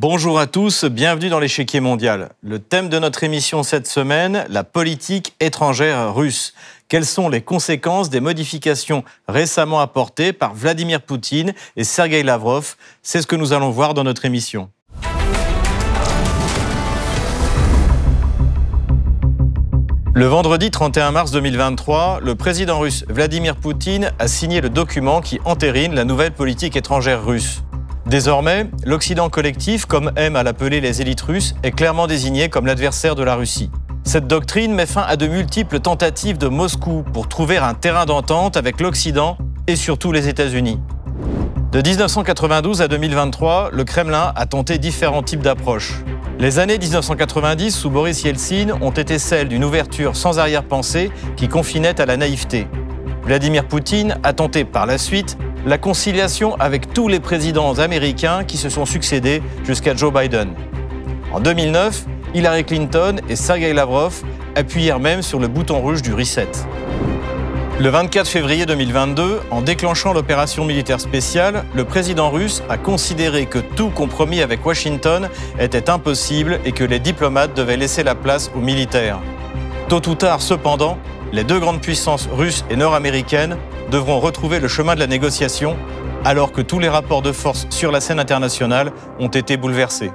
Bonjour à tous, bienvenue dans l'échiquier mondial. Le thème de notre émission cette semaine, la politique étrangère russe. Quelles sont les conséquences des modifications récemment apportées par Vladimir Poutine et Sergueï Lavrov? C'est ce que nous allons voir dans notre émission. Le vendredi 31 mars 2023, le président russe Vladimir Poutine a signé le document qui entérine la nouvelle politique étrangère russe. Désormais, l'Occident collectif, comme aiment à l'appeler les élites russes, est clairement désigné comme l'adversaire de la Russie. Cette doctrine met fin à de multiples tentatives de Moscou pour trouver un terrain d'entente avec l'Occident et surtout les États-Unis. De 1992 à 2023, le Kremlin a tenté différents types d'approches. Les années 1990 sous Boris Yeltsin ont été celles d'une ouverture sans arrière-pensée qui confinait à la naïveté. Vladimir Poutine a tenté par la suite la conciliation avec tous les présidents américains qui se sont succédés jusqu'à Joe Biden. En 2009, Hillary Clinton et Sergueï Lavrov appuyèrent même sur le bouton rouge du reset. Le 24 février 2022, en déclenchant l'opération militaire spéciale, le président russe a considéré que tout compromis avec Washington était impossible et que les diplomates devaient laisser la place aux militaires. Tôt ou tard, cependant, les deux grandes puissances russes et nord-américaines devront retrouver le chemin de la négociation, alors que tous les rapports de force sur la scène internationale ont été bouleversés.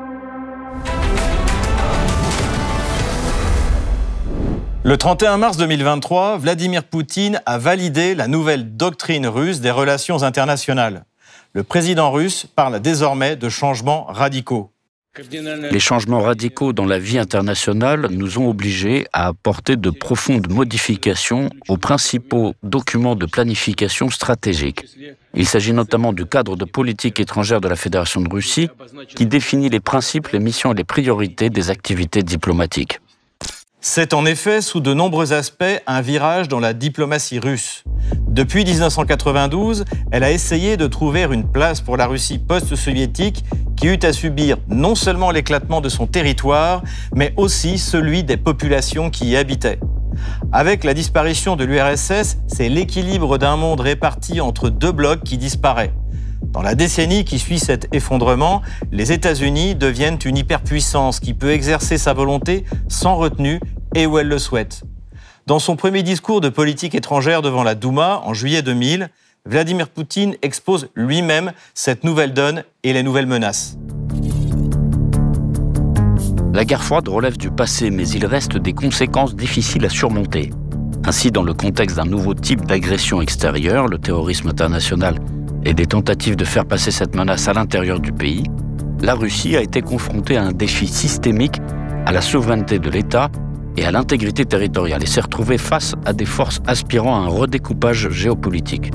Le 31 mars 2023, Vladimir Poutine a validé la nouvelle doctrine russe des relations internationales. Le président russe parle désormais de changements radicaux. Les changements radicaux dans la vie internationale nous ont obligés à apporter de profondes modifications aux principaux documents de planification stratégique. Il s'agit notamment du cadre de politique étrangère de la Fédération de Russie qui définit les principes, les missions et les priorités des activités diplomatiques. C'est en effet, sous de nombreux aspects, un virage dans la diplomatie russe. Depuis 1992, elle a essayé de trouver une place pour la Russie post-soviétique qui eut à subir non seulement l'éclatement de son territoire, mais aussi celui des populations qui y habitaient. Avec la disparition de l'URSS, c'est l'équilibre d'un monde réparti entre deux blocs qui disparaît. Dans la décennie qui suit cet effondrement, les États-Unis deviennent une hyperpuissance qui peut exercer sa volonté sans retenue et où elle le souhaite. Dans son premier discours de politique étrangère devant la Douma en juillet 2000, Vladimir Poutine expose lui-même cette nouvelle donne et les nouvelles menaces. La guerre froide relève du passé, mais il reste des conséquences difficiles à surmonter. Ainsi, dans le contexte d'un nouveau type d'agression extérieure, le terrorisme international et des tentatives de faire passer cette menace à l'intérieur du pays, la Russie a été confrontée à un défi systémique à la souveraineté de l'État et à l'intégrité territoriale et s'est retrouvée face à des forces aspirant à un redécoupage géopolitique.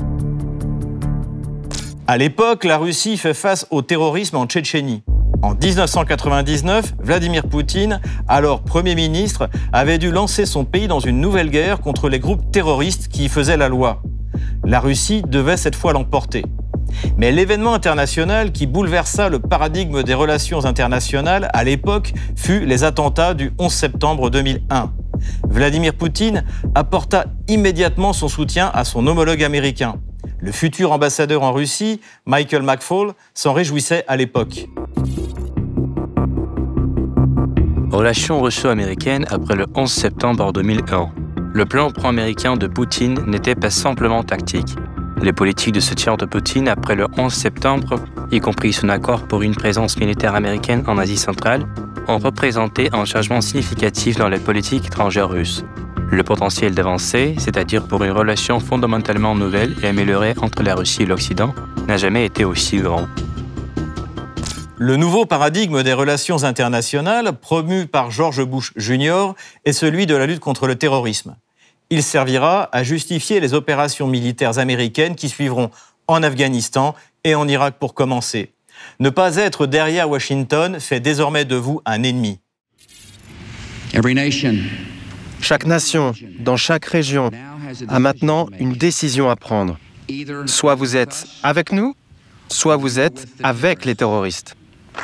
À l'époque, la Russie fait face au terrorisme en Tchétchénie. En 1999, Vladimir Poutine, alors Premier ministre, avait dû lancer son pays dans une nouvelle guerre contre les groupes terroristes qui y faisaient la loi. La Russie devait cette fois l'emporter. Mais l'événement international qui bouleversa le paradigme des relations internationales à l'époque fut les attentats du 11 septembre 2001. Vladimir Poutine apporta immédiatement son soutien à son homologue américain. Le futur ambassadeur en Russie, Michael McFaul, s'en réjouissait à l'époque. Relations russo-américaines après le 11 septembre 2001. Le plan pro-américain de Poutine n'était pas simplement tactique. Les politiques de soutien de Poutine après le 11 septembre, y compris son accord pour une présence militaire américaine en Asie centrale, ont représenté un changement significatif dans la politique étrangère russe. Le potentiel d'avancée, c'est-à-dire pour une relation fondamentalement nouvelle et améliorée entre la Russie et l'Occident, n'a jamais été aussi grand. Le nouveau paradigme des relations internationales, promu par George Bush Jr., est celui de la lutte contre le terrorisme. Il servira à justifier les opérations militaires américaines qui suivront en Afghanistan et en Irak pour commencer. Ne pas être derrière Washington fait désormais de vous un ennemi. Chaque nation, dans chaque région, a maintenant une décision à prendre. Soit vous êtes avec nous, soit vous êtes avec les terroristes.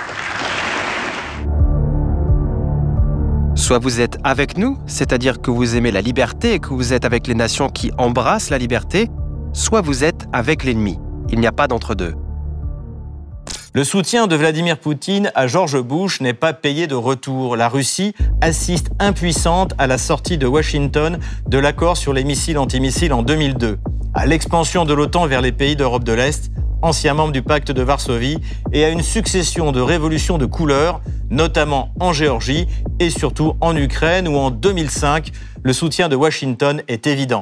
Soit vous êtes avec nous, c'est-à-dire que vous aimez la liberté et que vous êtes avec les nations qui embrassent la liberté, soit vous êtes avec l'ennemi. Il n'y a pas d'entre-deux. Le soutien de Vladimir Poutine à George Bush n'est pas payé de retour. La Russie assiste impuissante à la sortie de Washington de l'accord sur les missiles antimissiles en 2002, à l'expansion de l'OTAN vers les pays d'Europe de l'Est, anciens membres du pacte de Varsovie, et à une succession de révolutions de couleur, notamment en Géorgie et surtout en Ukraine, où en 2005, le soutien de Washington est évident.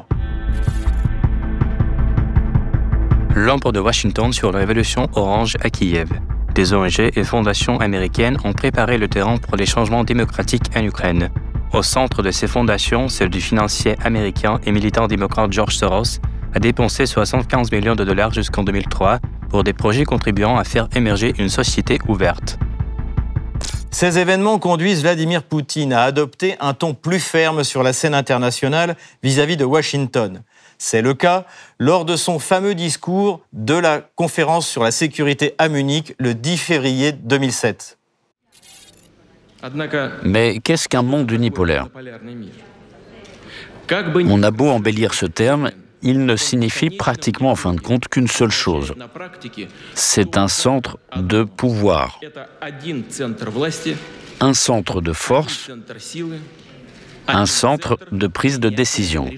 L'ombre de Washington sur la révolution orange à Kiev. Des ONG et fondations américaines ont préparé le terrain pour les changements démocratiques en Ukraine. Au centre de ces fondations, celle du financier américain et militant démocrate George Soros a dépensé 75 millions de dollars jusqu'en 2003 pour des projets contribuant à faire émerger une société ouverte. Ces événements conduisent Vladimir Poutine à adopter un ton plus ferme sur la scène internationale vis-à-vis de Washington. C'est le cas lors de son fameux discours de la conférence sur la sécurité à Munich le 10 février 2007. Mais qu'est-ce qu'un monde unipolaire ? On a beau embellir ce terme, il ne signifie pratiquement en fin de compte qu'une seule chose. C'est un centre de pouvoir, un centre de force, un centre de prise de décision.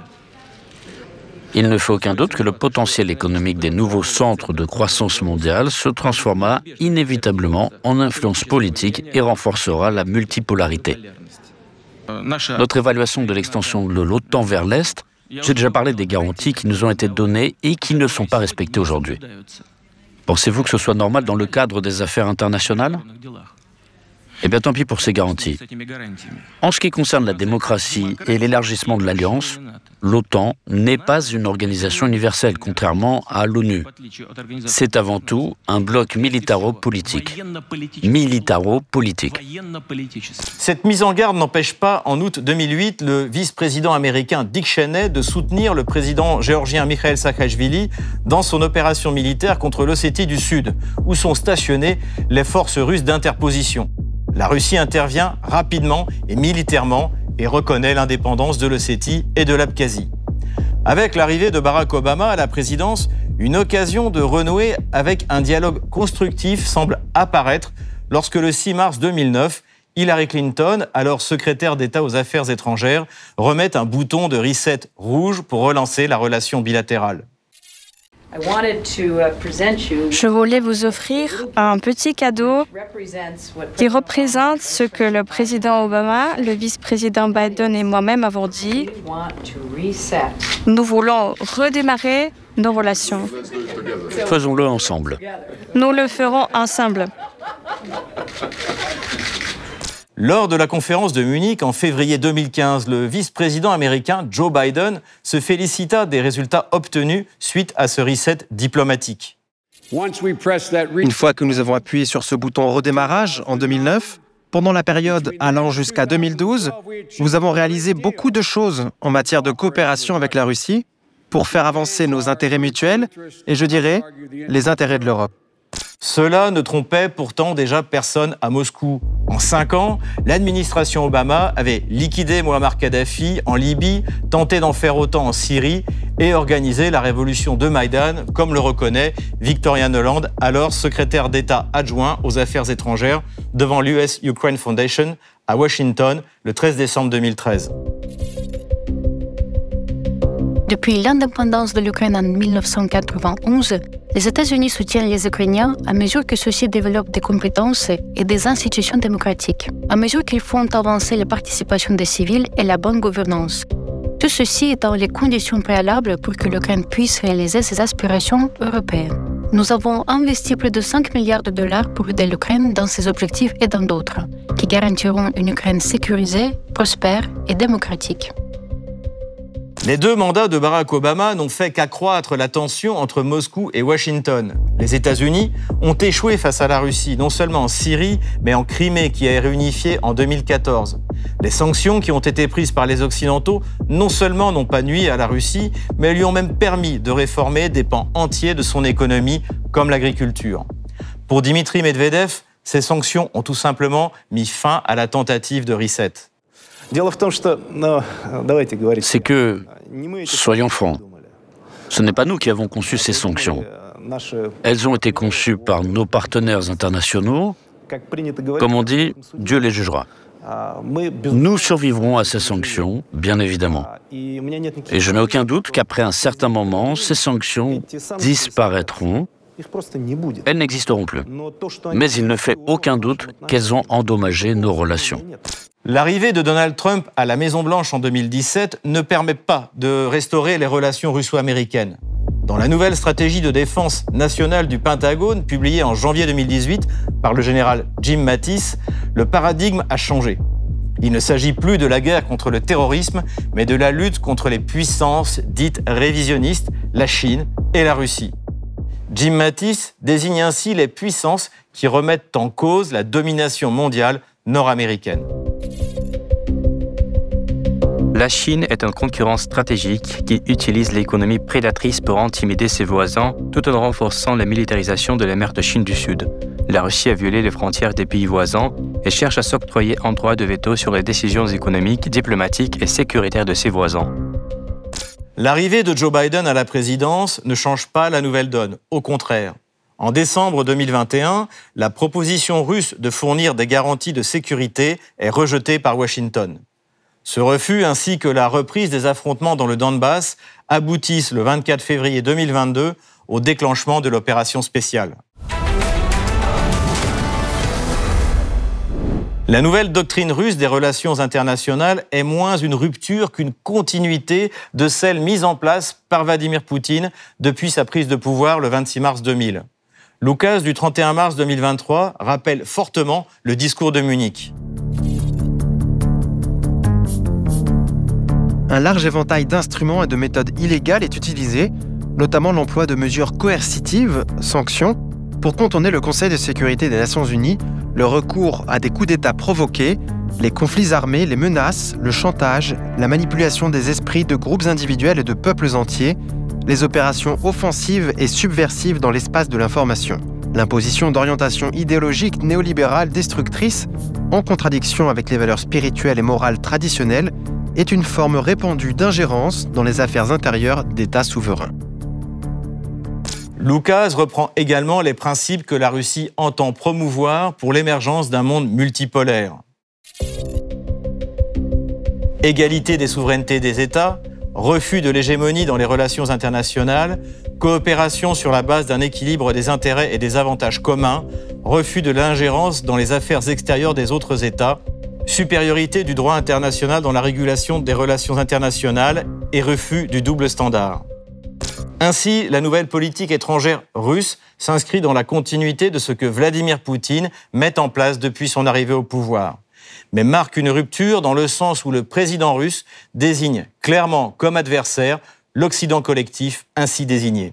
Il ne fait aucun doute que le potentiel économique des nouveaux centres de croissance mondiale se transformera inévitablement en influence politique et renforcera la multipolarité. Notre évaluation de l'extension de l'OTAN vers l'Est, j'ai déjà parlé des garanties qui nous ont été données et qui ne sont pas respectées aujourd'hui. Pensez-vous que ce soit normal dans le cadre des affaires internationales ? Eh bien, tant pis pour ces garanties. En ce qui concerne la démocratie et l'élargissement de l'Alliance, l'OTAN n'est pas une organisation universelle, contrairement à l'ONU. C'est avant tout un bloc militaro-politique. Militaro-politique. Cette mise en garde n'empêche pas, en août 2008, le vice-président américain Dick Cheney de soutenir le président géorgien Mikhail Saakashvili dans son opération militaire contre l'Ossétie du Sud, où sont stationnées les forces russes d'interposition. La Russie intervient rapidement et militairement et reconnaît l'indépendance de l'Ossétie et de l'Abkhazie. Avec l'arrivée de Barack Obama à la présidence, une occasion de renouer avec un dialogue constructif semble apparaître lorsque le 6 mars 2009, Hillary Clinton, alors secrétaire d'État aux Affaires étrangères, remet un bouton de reset rouge pour relancer la relation bilatérale. Je voulais vous offrir un petit cadeau qui représente ce que le président Obama, le vice-président Biden et moi-même avons dit. Nous voulons redémarrer nos relations. Faisons-le ensemble. Nous le ferons ensemble. Lors de la conférence de Munich en février 2015, le vice-président américain Joe Biden se félicita des résultats obtenus suite à ce reset diplomatique. Une fois que nous avons appuyé sur ce bouton redémarrage en 2009, pendant la période allant jusqu'à 2012, nous avons réalisé beaucoup de choses en matière de coopération avec la Russie pour faire avancer nos intérêts mutuels et, je dirais, les intérêts de l'Europe. Cela ne trompait pourtant déjà personne à Moscou. En 5 ans, l'administration Obama avait liquidé Muammar Kadhafi en Libye, tenté d'en faire autant en Syrie et organisé la révolution de Maïdan, comme le reconnaît Victoria Nuland, alors secrétaire d'État adjoint aux Affaires étrangères devant l'US Ukraine Foundation à Washington le 13 décembre 2013. Depuis l'indépendance de l'Ukraine en 1991, les États-Unis soutiennent les Ukrainiens à mesure que ceux-ci développent des compétences et des institutions démocratiques, à mesure qu'ils font avancer la participation des civils et la bonne gouvernance. Tout ceci étant les conditions préalables pour que l'Ukraine puisse réaliser ses aspirations européennes. Nous avons investi plus de 5 milliards de dollars pour aider l'Ukraine dans ses objectifs et dans d'autres, qui garantiront une Ukraine sécurisée, prospère et démocratique. Les 2 mandats de Barack Obama n'ont fait qu'accroître la tension entre Moscou et Washington. Les États-Unis ont échoué face à la Russie, non seulement en Syrie, mais en Crimée, qui est réunifiée en 2014. Les sanctions qui ont été prises par les Occidentaux non seulement n'ont pas nui à la Russie, mais lui ont même permis de réformer des pans entiers de son économie, comme l'agriculture. Pour Dmitry Medvedev, ces sanctions ont tout simplement mis fin à la tentative de reset. C'est que, soyons francs, ce n'est pas nous qui avons conçu ces sanctions. Elles ont été conçues par nos partenaires internationaux. Comme on dit, Dieu les jugera. Nous survivrons à ces sanctions, bien évidemment. Et je n'ai aucun doute qu'après un certain moment, ces sanctions disparaîtront. Elles n'existeront plus. Mais il ne fait aucun doute qu'elles ont endommagé nos relations. L'arrivée de Donald Trump à la Maison-Blanche en 2017 ne permet pas de restaurer les relations russo-américaines. Dans la nouvelle stratégie de défense nationale du Pentagone, publiée en janvier 2018 par le général Jim Mattis, le paradigme a changé. Il ne s'agit plus de la guerre contre le terrorisme, mais de la lutte contre les puissances dites révisionnistes, la Chine et la Russie. Jim Mattis désigne ainsi les puissances qui remettent en cause la domination mondiale nord-américaine. La Chine est un concurrent stratégique qui utilise l'économie prédatrice pour intimider ses voisins tout en renforçant la militarisation de la mer de Chine du Sud. La Russie a violé les frontières des pays voisins et cherche à s'octroyer un droit de veto sur les décisions économiques, diplomatiques et sécuritaires de ses voisins. L'arrivée de Joe Biden à la présidence ne change pas la nouvelle donne, au contraire. En décembre 2021, la proposition russe de fournir des garanties de sécurité est rejetée par Washington. Ce refus, ainsi que la reprise des affrontements dans le Donbass, aboutissent le 24 février 2022 au déclenchement de l'opération spéciale. La nouvelle doctrine russe des relations internationales est moins une rupture qu'une continuité de celle mise en place par Vladimir Poutine depuis sa prise de pouvoir le 26 mars 2000. L'oukase du 31 mars 2023 rappelle fortement le discours de Munich. Un large éventail d'instruments et de méthodes illégales est utilisé, notamment l'emploi de mesures coercitives, sanctions, pour contourner le Conseil de sécurité des Nations Unies, le recours à des coups d'État provoqués, les conflits armés, les menaces, le chantage, la manipulation des esprits de groupes individuels et de peuples entiers, les opérations offensives et subversives dans l'espace de l'information, l'imposition d'orientations idéologiques néolibérales destructrices, en contradiction avec les valeurs spirituelles et morales traditionnelles, est une forme répandue d'ingérence dans les affaires intérieures d'États souverains. L'oukase reprend également les principes que la Russie entend promouvoir pour l'émergence d'un monde multipolaire. Égalité des souverainetés des États, refus de l'hégémonie dans les relations internationales, coopération sur la base d'un équilibre des intérêts et des avantages communs, refus de l'ingérence dans les affaires extérieures des autres États, supériorité du droit international dans la régulation des relations internationales et refus du double standard. Ainsi, la nouvelle politique étrangère russe s'inscrit dans la continuité de ce que Vladimir Poutine met en place depuis son arrivée au pouvoir, mais marque une rupture dans le sens où le président russe désigne clairement comme adversaire l'Occident collectif ainsi désigné.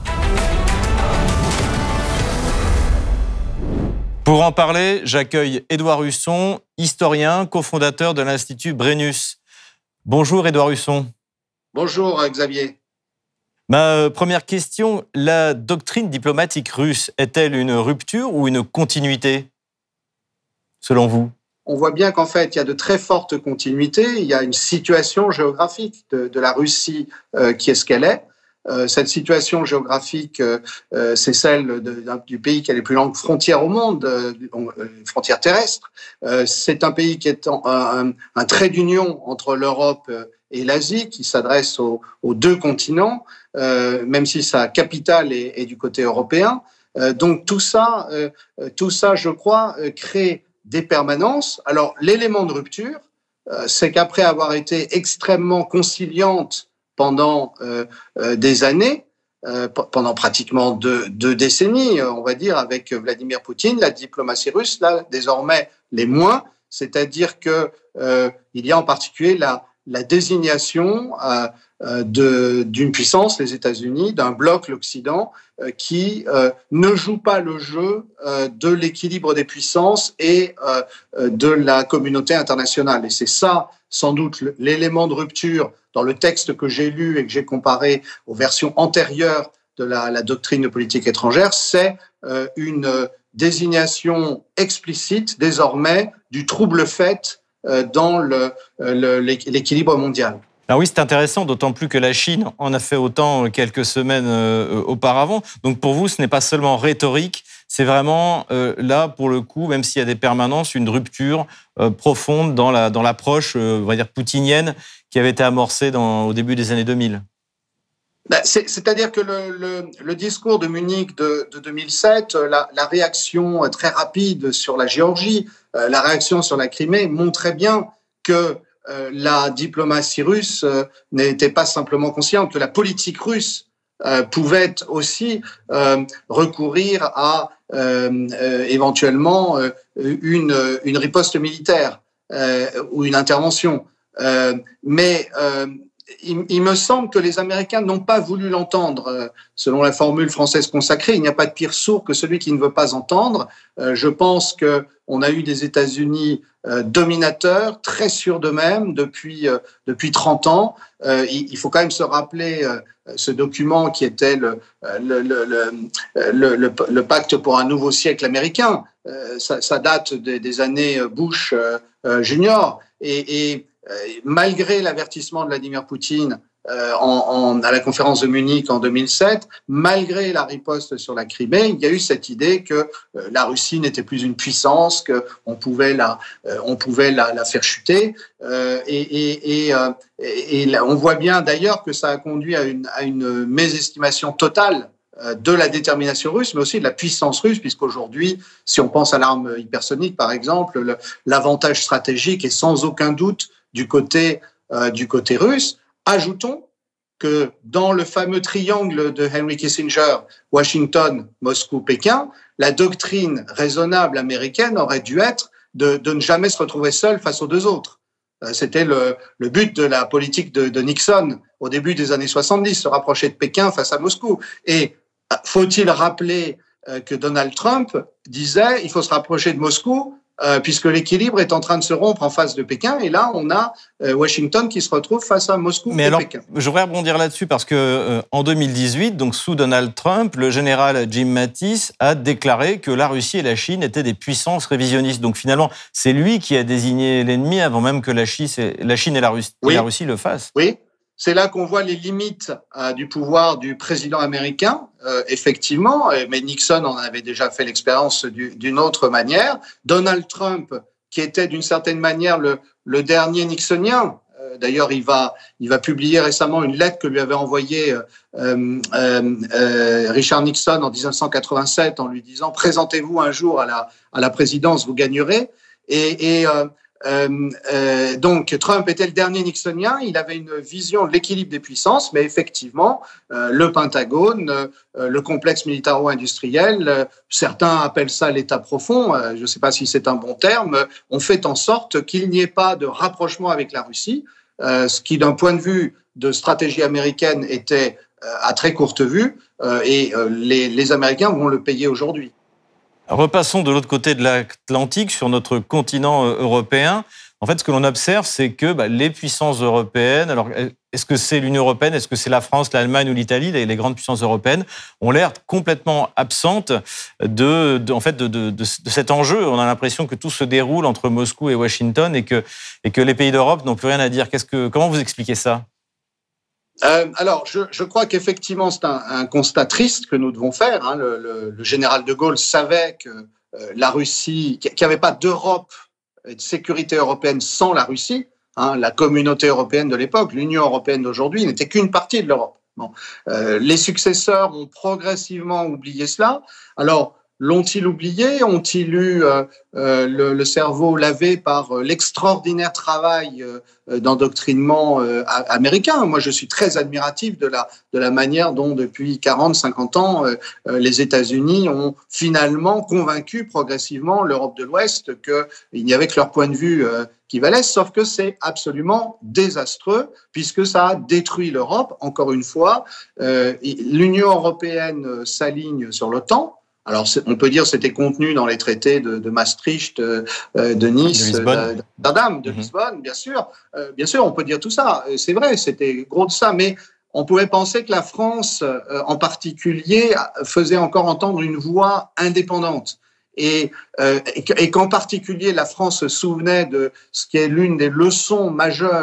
Pour en parler, j'accueille Édouard Husson, historien, cofondateur de l'Institut Brennus. Bonjour Édouard Husson. Bonjour Xavier. Ma première question, la doctrine diplomatique russe est-elle une rupture ou une continuité, selon vous ? On voit bien qu'en fait, il y a de très fortes continuités. Il y a une situation géographique de la Russie qui est ce qu'elle est. Cette situation géographique, c'est celle du pays qui a les plus longues frontières au monde, frontières terrestres. C'est un pays qui est un trait d'union entre l'Europe et l'Asie, qui s'adresse aux deux continents, même si sa capitale est du côté européen. Donc tout ça, je crois, crée des permanences. Alors l'élément de rupture, c'est qu'après avoir été extrêmement conciliante pendant des années, pendant pratiquement deux décennies, on va dire, avec Vladimir Poutine, la diplomatie russe, là, désormais, les moins, c'est-à-dire que il y a en particulier la désignation d'une puissance, les États-Unis, d'un bloc, l'Occident, qui ne joue pas le jeu de l'équilibre des puissances et de la communauté internationale. Et c'est ça, sans doute, l'élément de rupture dans le texte que j'ai lu et que j'ai comparé aux versions antérieures de la doctrine de politique étrangère, c'est une désignation explicite, désormais, du trouble fait dans l'équilibre mondial. Alors oui, c'est intéressant, d'autant plus que la Chine en a fait autant quelques semaines auparavant. Donc pour vous, ce n'est pas seulement rhétorique, c'est vraiment là, pour le coup, même s'il y a des permanences, une rupture profonde dans l'approche, on va dire, poutinienne qui avait été amorcée au début des années 2000. C'est-à-dire que le discours de Munich de 2007, la réaction très rapide sur la Géorgie, la réaction sur la Crimée montrait bien que la diplomatie russe n'était pas simplement consciente, que la politique russe pouvait aussi recourir à éventuellement une riposte militaire ou une intervention. Mais il me semble que les Américains n'ont pas voulu l'entendre. Selon la formule française consacrée, il n'y a pas de pire sourd que celui qui ne veut pas entendre. Je pense qu'on a eu des États-Unis dominateurs, très sûrs d'eux-mêmes depuis 30 ans. Il faut quand même se rappeler ce document qui était le pacte pour un nouveau siècle américain. Ça date des années Bush Junior. Et malgré l'avertissement de Vladimir Poutine à la conférence de Munich en 2007, malgré la riposte sur la Crimée, il y a eu cette idée que la Russie n'était plus une puissance, qu'on pouvait la faire chuter. Et on voit bien d'ailleurs que ça a conduit à une mésestimation totale de la détermination russe, mais aussi de la puissance russe, puisqu'aujourd'hui, si on pense à l'arme hypersonique, par exemple, l'avantage stratégique est sans aucun doute du côté russe. Ajoutons que dans le fameux triangle de Henry Kissinger, Washington, Moscou, Pékin, la doctrine raisonnable américaine aurait dû être de ne jamais se retrouver seul face aux deux autres. C'était le but de la politique de Nixon au début des années 70, se rapprocher de Pékin face à Moscou. Et faut-il rappeler que Donald Trump disait il faut se rapprocher de Moscou puisque l'équilibre est en train de se rompre en face de Pékin, et là on a Washington qui se retrouve face à Moscou et Pékin. Je voudrais rebondir là-dessus parce que en 2018, donc sous Donald Trump, le général Jim Mattis a déclaré que la Russie et la Chine étaient des puissances révisionnistes. Donc finalement, c'est lui qui a désigné l'ennemi avant même que la Chine et la Russie le fassent. Oui. C'est là qu'on voit les limites du pouvoir du président américain, effectivement, mais Nixon en avait déjà fait l'expérience d'une autre manière. Donald Trump, qui était d'une certaine manière le dernier nixonien, d'ailleurs il va publier récemment une lettre que lui avait envoyée Richard Nixon en 1987 en lui disant « Présentez-vous un jour à la présidence, vous gagnerez ». Donc Trump était le dernier nixonien, il avait une vision de l'équilibre des puissances, mais effectivement le Pentagone, le complexe militaro-industriel, certains appellent ça l'état profond, je ne sais pas si c'est un bon terme, ont fait en sorte qu'il n'y ait pas de rapprochement avec la Russie, ce qui d'un point de vue de stratégie américaine était à très courte vue, et les Américains vont le payer aujourd'hui. Repassons de l'autre côté de l'Atlantique, sur notre continent européen. En fait, ce que l'on observe, c'est que les puissances européennes, alors est-ce que c'est l'Union européenne, est-ce que c'est la France, l'Allemagne ou l'Italie, les grandes puissances européennes, ont l'air complètement absentes de cet enjeu. On a l'impression que tout se déroule entre Moscou et Washington et que les pays d'Europe n'ont plus rien à dire. Comment vous expliquez ça ? Alors, je crois qu'effectivement, c'est un constat triste que nous devons faire. Le général de Gaulle savait que la Russie, qu'il n'y avait pas d'Europe et de sécurité européenne sans la Russie. La communauté européenne de l'époque, l'Union européenne d'aujourd'hui, n'était qu'une partie de l'Europe. Bon. Les successeurs ont progressivement oublié cela. Alors, l'ont-ils oublié ? Ont-ils eu le cerveau lavé par l'extraordinaire travail d'endoctrinement américain ? Moi, je suis très admiratif de la manière dont, depuis 40-50 ans, les États-Unis ont finalement convaincu progressivement l'Europe de l'Ouest qu'il n'y avait que leur point de vue qui valait, sauf que c'est absolument désastreux, puisque ça a détruit l'Europe. Encore une fois, l'Union européenne s'aligne sur l'OTAN. Alors, on peut dire que c'était contenu dans les traités de Maastricht, de Nice, d'Amsterdam, de Lisbonne, bien sûr. Bien sûr, on peut dire tout ça. C'est vrai, c'était gros de ça. Mais on pouvait penser que la France, en particulier, faisait encore entendre une voix indépendante. Et qu'en particulier, la France se souvenait de ce qui est l'une des leçons majeures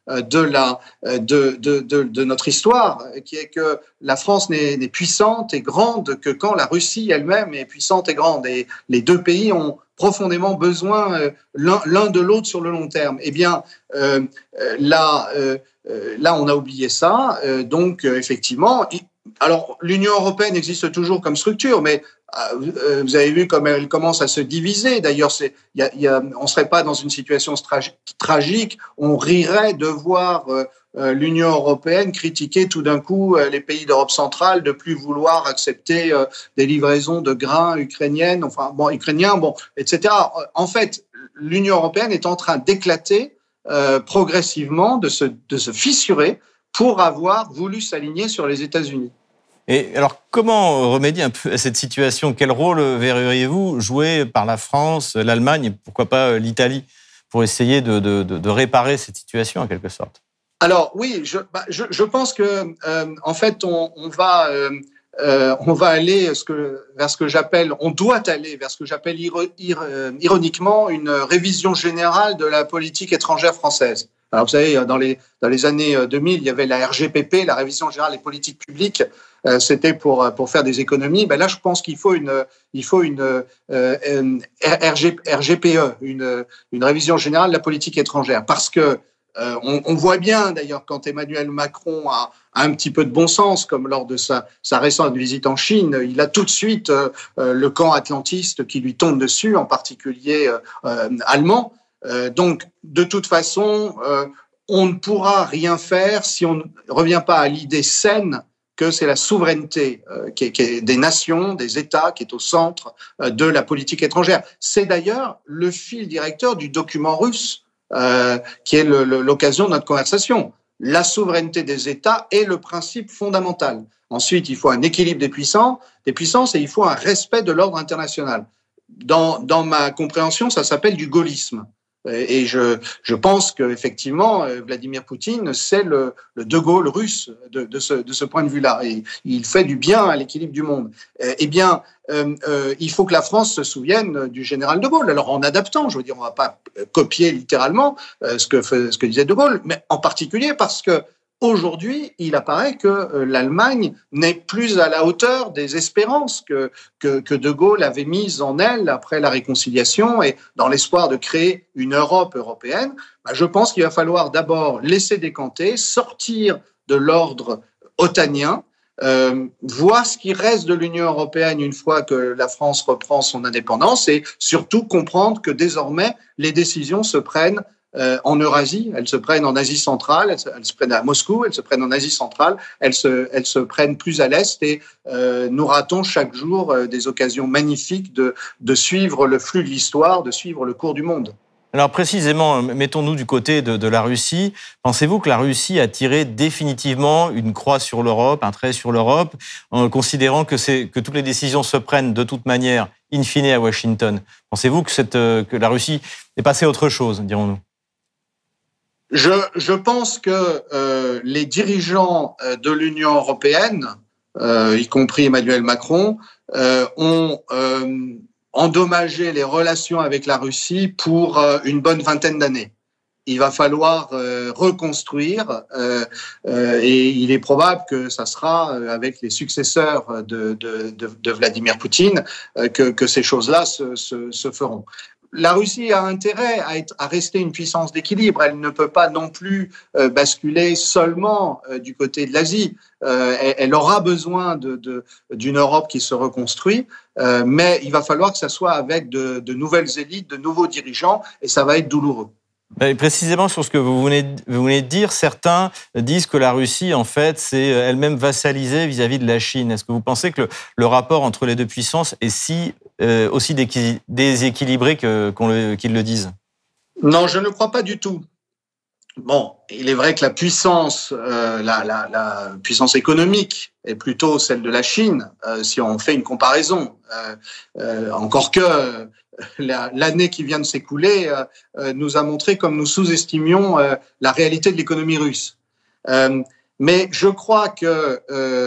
de notre histoire, qui est que la France n'est puissante et grande que quand la Russie elle-même est puissante et grande. Et les deux pays ont profondément besoin l'un de l'autre sur le long terme. Eh bien, là, on a oublié ça. Donc, effectivement, alors l'Union européenne existe toujours comme structure, mais vous avez vu comme elle commence à se diviser. D'ailleurs, on serait pas dans une situation tragique. On rirait de voir l'Union européenne critiquer tout d'un coup les pays d'Europe centrale de plus vouloir accepter des livraisons de grains ukrainiens, etc. En fait, l'Union européenne est en train d'éclater progressivement, de se fissurer pour avoir voulu s'aligner sur les États-Unis. Et alors, comment remédier un peu à cette situation ? Quel rôle verriez-vous joué par la France, l'Allemagne et pourquoi pas l'Italie pour essayer de réparer cette situation en quelque sorte ? Alors oui, je pense que en fait on va aller on doit aller vers ce que j'appelle ironiquement une révision générale de la politique étrangère française. Alors vous savez, dans les années 2000, il y avait la RGPP, la révision générale des politiques publiques. C'était pour faire des économies. Ben là, je pense qu'il faut une RGPE, une révision générale de la politique étrangère, parce que on voit bien d'ailleurs quand Emmanuel Macron a un petit peu de bon sens, comme lors de sa récente visite en Chine, il a tout de suite le camp atlantiste qui lui tombe dessus, en particulier allemand. Donc, de toute façon, on ne pourra rien faire si on ne revient pas à l'idée saine que c'est la souveraineté qui est des nations, des États, qui est au centre de la politique étrangère. C'est d'ailleurs le fil directeur du document russe, qui est l'occasion de notre conversation. La souveraineté des États est le principe fondamental. Ensuite, il faut un équilibre des puissances et il faut un respect de l'ordre international. Dans ma compréhension, ça s'appelle du gaullisme. Et je pense qu'effectivement, Vladimir Poutine, c'est le De Gaulle russe de ce point de vue-là. Et il fait du bien à l'équilibre du monde. Eh bien, il faut que la France se souvienne du général De Gaulle. Alors, en adaptant, je veux dire, on ne va pas copier littéralement ce que disait De Gaulle, mais en particulier parce que aujourd'hui, il apparaît que l'Allemagne n'est plus à la hauteur des espérances que De Gaulle avait mises en elle après la réconciliation et dans l'espoir de créer une Europe européenne. Je pense qu'il va falloir d'abord laisser décanter, sortir de l'ordre otanien, voir ce qui reste de l'Union européenne une fois que la France reprend son indépendance et surtout comprendre que désormais, les décisions se prennent en Eurasie, elles se prennent en Asie centrale, elles se prennent à Moscou, elles se prennent en Asie centrale, elles se prennent plus à l'Est et nous ratons chaque jour des occasions magnifiques de suivre le flux de l'histoire, de suivre le cours du monde. Alors précisément, mettons-nous du côté de la Russie. Pensez-vous que la Russie a tiré définitivement une croix sur l'Europe, un trait sur l'Europe, en considérant que toutes les décisions se prennent de toute manière in fine à Washington ? Pensez-vous que la Russie est passée à autre chose, dirons-nous ? Je pense que les dirigeants de l'Union européenne, y compris Emmanuel Macron, ont endommagé les relations avec la Russie pour une bonne vingtaine d'années. Il va falloir reconstruire et il est probable que ça sera avec les successeurs de Vladimir Poutine que ces choses-là se feront. La Russie a intérêt à rester une puissance d'équilibre. Elle ne peut pas non plus basculer seulement du côté de l'Asie. Elle aura besoin d'une Europe qui se reconstruit, mais il va falloir que ça soit avec de nouvelles élites, de nouveaux dirigeants, et ça va être douloureux. Précisément sur ce que vous venez de dire, certains disent que la Russie, en fait, s'est elle-même vassalisée vis-à-vis de la Chine. Est-ce que vous pensez que le rapport entre les deux puissances est aussi déséquilibré qu'ils le disent ? Non, je ne le crois pas du tout. Bon, il est vrai que la puissance, la puissance économique est plutôt celle de la Chine, si on fait une comparaison. Encore que l'année qui vient de s'écouler nous a montré comme nous sous-estimions la réalité de l'économie russe. Mais je crois que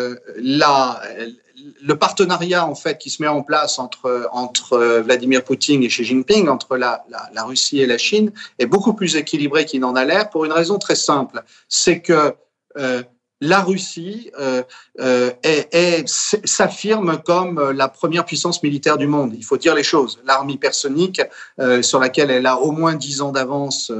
le partenariat en fait qui se met en place entre Vladimir Poutine et Xi Jinping, entre la Russie et la Chine, est beaucoup plus équilibré qu'il n'en a l'air pour une raison très simple, c'est que la Russie s'affirme comme la première puissance militaire du monde. Il faut dire les choses. L'arme hypersonique, sur laquelle elle a au moins 10 ans d'avance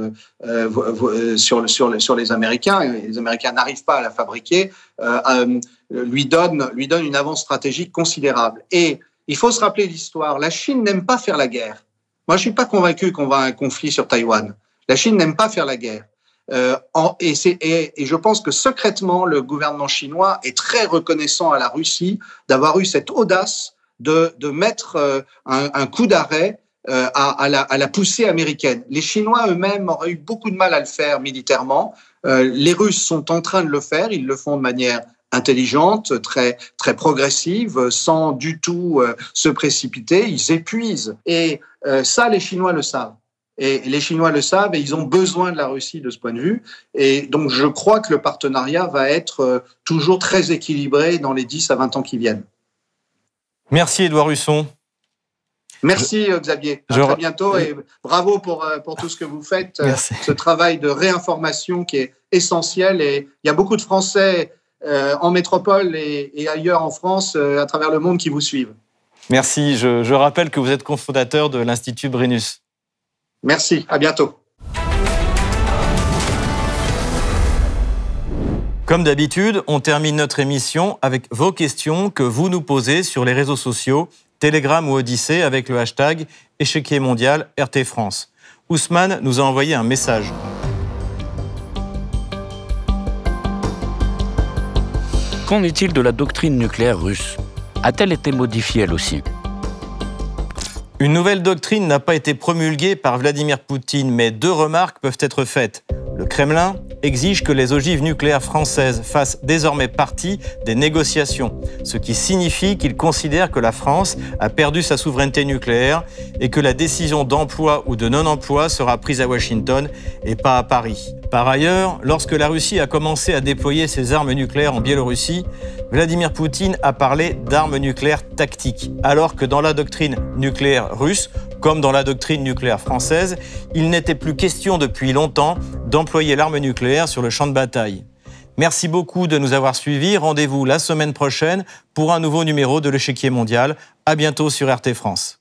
sur les Américains, et les Américains n'arrivent pas à la fabriquer, lui donne une avance stratégique considérable. Et il faut se rappeler l'histoire. La Chine n'aime pas faire la guerre. Moi, je suis pas convaincu qu'on va à un conflit sur Taïwan. La Chine n'aime pas faire la guerre. Et je pense que secrètement, le gouvernement chinois est très reconnaissant à la Russie d'avoir eu cette audace de mettre un coup d'arrêt à la poussée américaine. Les Chinois eux-mêmes auraient eu beaucoup de mal à le faire militairement. Les Russes sont en train de le faire. Ils le font de manière intelligente, très très progressive, sans du tout se précipiter. Ils épuisent. Et ça, les Chinois le savent. Et les Chinois le savent et ils ont besoin de la Russie de ce point de vue. Et donc, je crois que le partenariat va être toujours très équilibré dans les 10 à 20 ans qui viennent. Merci, Édouard Husson. Merci, Xavier. À très bientôt et bravo pour tout ce que vous faites. Merci. Ce travail de réinformation qui est essentiel. Et il y a beaucoup de Français en métropole et ailleurs en France, à travers le monde, qui vous suivent. Merci. Je rappelle que vous êtes cofondateur de l'Institut Brennus. Merci, à bientôt. Comme d'habitude, on termine notre émission avec vos questions que vous nous posez sur les réseaux sociaux, Telegram ou Odyssée avec le hashtag Échiquier mondial RT France. Ousmane nous a envoyé un message. Qu'en est-il de la doctrine nucléaire russe ? A-t-elle été modifiée elle aussi ? Une nouvelle doctrine n'a pas été promulguée par Vladimir Poutine, mais 2 remarques peuvent être faites. Le Kremlin exige que les ogives nucléaires françaises fassent désormais partie des négociations, ce qui signifie qu'il considère que la France a perdu sa souveraineté nucléaire et que la décision d'emploi ou de non-emploi sera prise à Washington et pas à Paris. Par ailleurs, lorsque la Russie a commencé à déployer ses armes nucléaires en Biélorussie, Vladimir Poutine a parlé d'armes nucléaires tactiques, alors que dans la doctrine nucléaire russe, comme dans la doctrine nucléaire française, il n'était plus question depuis longtemps d'employer l'arme nucléaire sur le champ de bataille. Merci beaucoup de nous avoir suivis. Rendez-vous la semaine prochaine pour un nouveau numéro de l'Échiquier mondial. À bientôt sur RT France.